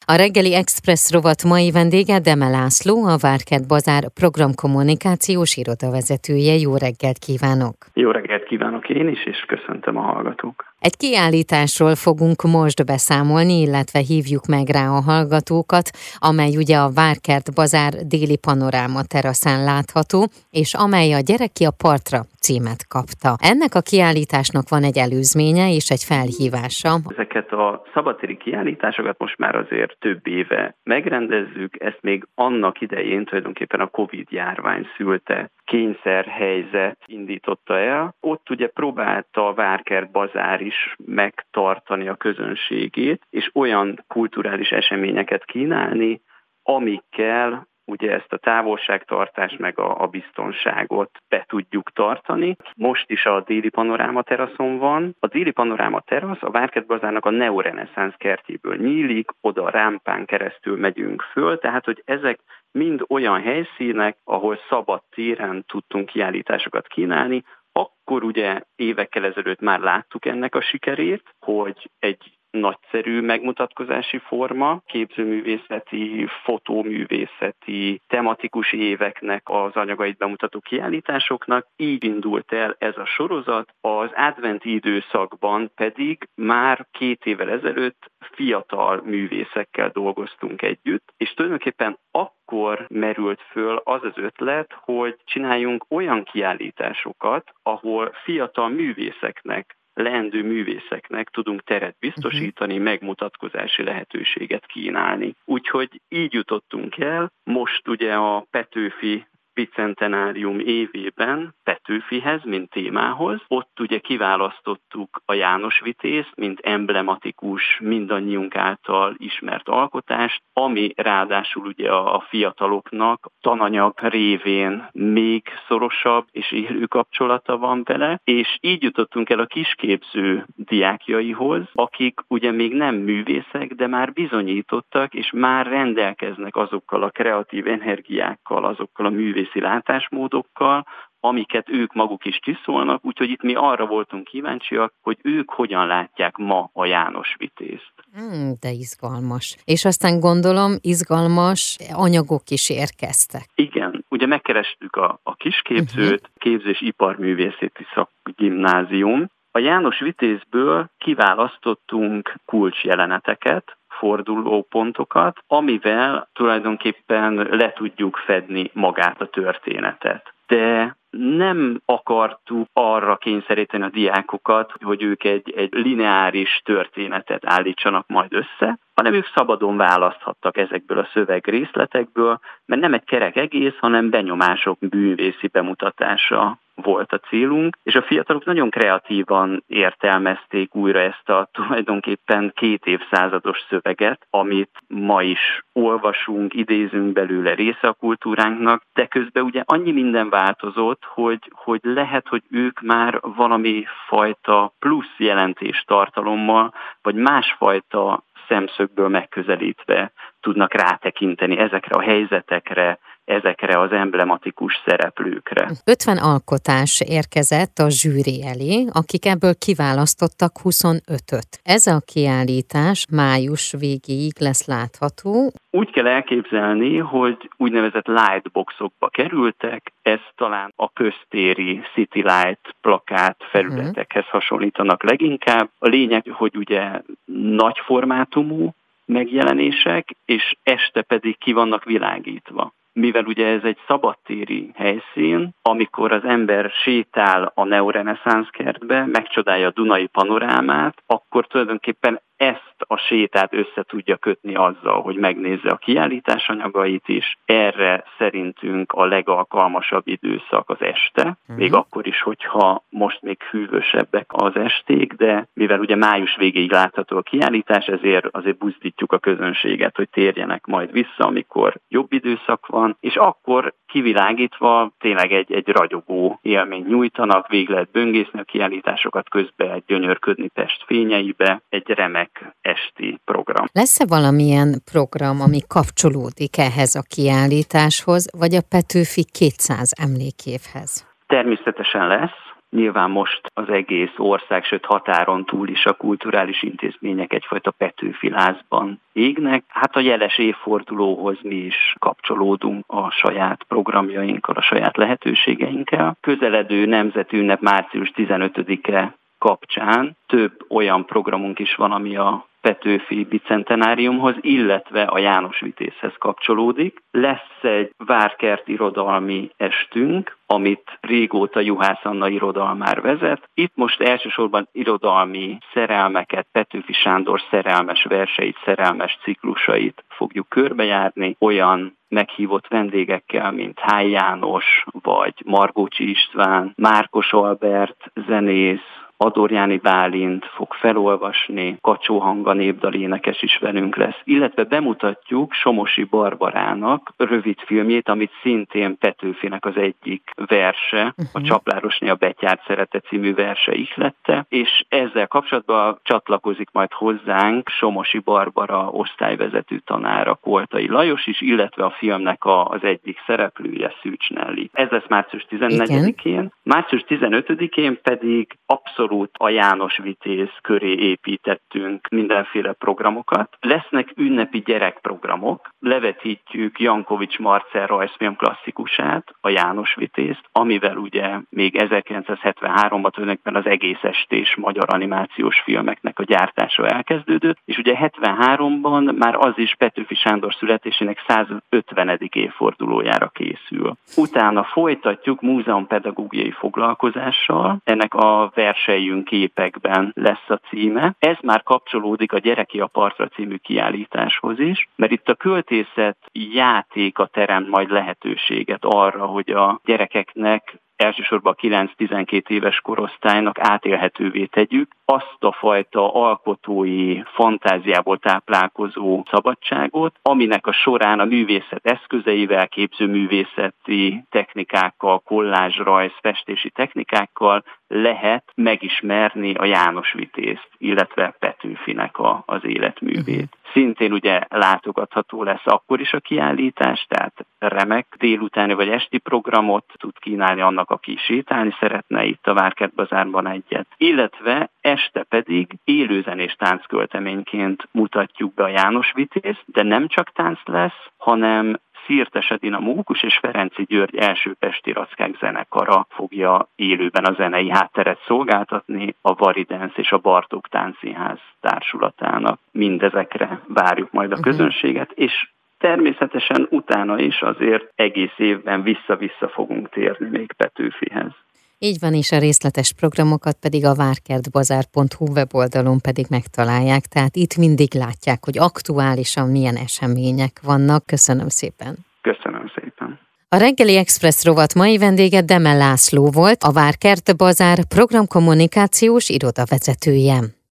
A reggeli Express rovat mai vendége Deme László, a Várkert Bazár programkommunikációs irodavezetője. Jó reggelt kívánok! Jó reggelt kívánok én is, és köszöntöm a hallgatók! Egy kiállításról fogunk most beszámolni, illetve hívjuk meg rá a hallgatókat, amely ugye a Várkert Bazár déli panoráma teraszán látható, és amely a Gyere ki a partra címet kapta. Ennek a kiállításnak van egy előzménye és egy felhívása. Ezeket a szabadtéri kiállításokat most már azért több éve megrendezzük, ezt még annak idején tulajdonképpen a Covid-járvány szülte kényszerhelyzet indította el. Ott ugye próbálta a Várkert Bazár is megtartani a közönségét, és olyan kulturális eseményeket kínálni, amikkel ugye ezt a távolságtartást meg a biztonságot be tudjuk tartani. Most is a déli panoráma teraszon van. A déli panoráma terasz a Várkert Bazárnak a neoreneszánsz kertjéből nyílik, oda a rámpán keresztül megyünk föl, tehát hogy ezek mind olyan helyszínek, ahol szabad téren tudtunk kiállításokat kínálni. Akkor ugye évekkel ezelőtt már láttuk ennek a sikerét, hogy egy nagyszerű megmutatkozási forma, képzőművészeti, fotóművészeti, tematikus éveknek az anyagait bemutató kiállításoknak. Így indult el ez a sorozat, az adventi időszakban pedig már 2 évvel ezelőtt fiatal művészekkel dolgoztunk együtt, és tulajdonképpen akkor merült föl az az ötlet, hogy csináljunk olyan kiállításokat, ahol fiatal művészeknek, leendő művészeknek tudunk teret biztosítani, megmutatkozási lehetőséget kínálni. Úgyhogy így jutottunk el, most ugye a Petőfi bicentenárium évében Petőfihez, mint témához. Ott ugye kiválasztottuk a János Vitézt, mint emblematikus, mindannyiunk által ismert alkotást, ami ráadásul ugye a fiataloknak tananyag révén még szorosabb és élő kapcsolata van vele, és így jutottunk el a kisképző diákjaihoz, akik ugye még nem művészek, de már bizonyítottak, és már rendelkeznek azokkal a kreatív energiákkal, azokkal a művészi látásmódokkal, amiket ők maguk is csiszolnak, úgyhogy itt mi arra voltunk kíváncsiak, hogy ők hogyan látják ma a János Vitézt. De izgalmas. És aztán gondolom, izgalmas anyagok is érkeztek. Igen, ugye megkerestük a kisképzőt, Képzés Iparművészeti Szakgimnázium. A János Vitézből kiválasztottunk kulcsjeleneteket, fordulópontokat, amivel tulajdonképpen le tudjuk fedni magát a történetet. De nem akartuk arra kényszeríteni a diákokat, hogy ők egy lineáris történetet állítsanak majd össze, hanem ők szabadon választhattak ezekből a szövegrészletekből, mert nem egy kerek egész, hanem benyomások művészi bemutatása volt a célunk, és a fiatalok nagyon kreatívan értelmezték újra ezt a tulajdonképpen 2 évszázados szöveget, amit ma is olvasunk, idézünk belőle, része a kultúránknak, de közben ugye annyi minden változott, hogy lehet, hogy ők már valami fajta plusz jelentéstartalommal, vagy másfajta szemszögből megközelítve tudnak rátekinteni ezekre a helyzetekre, ezekre az emblematikus szereplőkre. 50 alkotás érkezett a zsűri elé, akik ebből kiválasztottak 25-öt. Ez a kiállítás május végéig lesz látható. Úgy kell elképzelni, hogy úgynevezett lightboxokba kerültek, ez talán a köztéri City Light plakát felületekhez hasonlítanak leginkább. A lényeg, hogy ugye nagy formátumú megjelenések, és este pedig ki vannak világítva. Mivel ugye ez egy szabadtéri helyszín, amikor az ember sétál a neoreneszánsz kertbe, megcsodálja a Dunai panorámát, akkor tulajdonképpen ezt a sétát össze tudja kötni azzal, hogy megnézze a kiállítás anyagait is. Erre szerintünk a legalkalmasabb időszak az este, még akkor is, hogyha most még hűvösebbek az esték, de mivel ugye május végéig látható a kiállítás, ezért azért buzdítjuk a közönséget, hogy térjenek majd vissza, amikor jobb időszak van, és akkor kivilágítva tényleg egy ragyogó élményt nyújtanak, végig lehet böngészni a kiállításokat, közben gyönyörködni Pest fényeibe, egy remek esti program. Lesz-e valamilyen program, ami kapcsolódik ehhez a kiállításhoz, vagy a Petőfi 200 emlékévhez? Természetesen lesz. Nyilván most az egész ország, sőt határon túl is a kulturális intézmények egyfajta Petőfi lázban égnek. Hát a jeles évfordulóhoz mi is kapcsolódunk a saját programjainkkal, a saját lehetőségeinkkel. Közeledő nemzeti ünnep március 15-e kapcsán több olyan programunk is van, ami a Petőfi bicentenáriumhoz, illetve a János Vitézhez kapcsolódik. Lesz egy várkert irodalmi estünk, amit régóta Juhász Anna irodalmár vezet. Itt most elsősorban irodalmi szerelmeket, Petőfi Sándor szerelmes verseit, szerelmes ciklusait fogjuk körbejárni, olyan meghívott vendégekkel, mint Hály János, vagy Margócsi István, Márkos Albert zenész, Adorjáni Bálint fog felolvasni, Kacsó Hanga népdalénekes is velünk lesz, illetve bemutatjuk Somosi Barbarának rövid filmjét, amit szintén Petőfinek az egyik verse, a Csaplárosné a Betyárt szerete című verse ihlette, és ezzel kapcsolatban csatlakozik majd hozzánk Somosi Barbara osztályvezető tanára, Koltai Lajos is, illetve a filmnek az egyik szereplője, Szűcs Nelly. Ez lesz március 14-én. Március 15-én pedig abszolút a János Vitéz köré építettünk mindenféle programokat. Lesznek ünnepi gyerekprogramok, levetítjük Jankovics Marcell rajzfilm klasszikusát, a János Vitézt, amivel ugye még 1973-ban tulajdonképpen az egész estés magyar animációs filmeknek a gyártása elkezdődött, és ugye 73-ban már az is Petőfi Sándor születésének 150. évfordulójára készül. Utána folytatjuk múzeumpedagógiai foglalkozással, ennek a Verseljünk képekben lesz a címe. Ez már kapcsolódik a Gyereki a partra című kiállításhoz is, mert itt a költészet játéka teremt majd lehetőséget arra, hogy a gyerekeknek elsősorban a 9-12 éves korosztálynak átélhetővé tegyük azt a fajta alkotói fantáziából táplálkozó szabadságot, aminek a során a művészet eszközeivel, képzőművészeti technikákkal, kollázsrajz, festési technikákkal lehet megismerni a János Vitézt, illetve Petőfinek az életművét. Szintén ugye látogatható lesz akkor is a kiállítás, tehát remek délutáni vagy esti programot tud kínálni annak, aki sétálni szeretne itt a Várkert Bazárban egyet. Illetve este pedig élőzenés tánckölteményként mutatjuk be a János Vitézt, de nem csak tánc lesz, hanem Szirtes Edina Mókus és Ferenczy György első pesti rackák zenekara fogja élőben a zenei hátteret szolgáltatni a Varidens és a Bartók Táncszínház társulatának. Mindezekre várjuk majd a közönséget, és természetesen utána is azért egész évben vissza-vissza fogunk térni még Petőfihez. Így van, és a részletes programokat pedig a várkertbazár.hu weboldalon pedig megtalálják, tehát itt mindig látják, hogy aktuálisan milyen események vannak. Köszönöm szépen. Köszönöm szépen. A Reggeli Express rovat mai vendége Demel László volt, a Várkert Bazár programkommunikációs irodavezetője.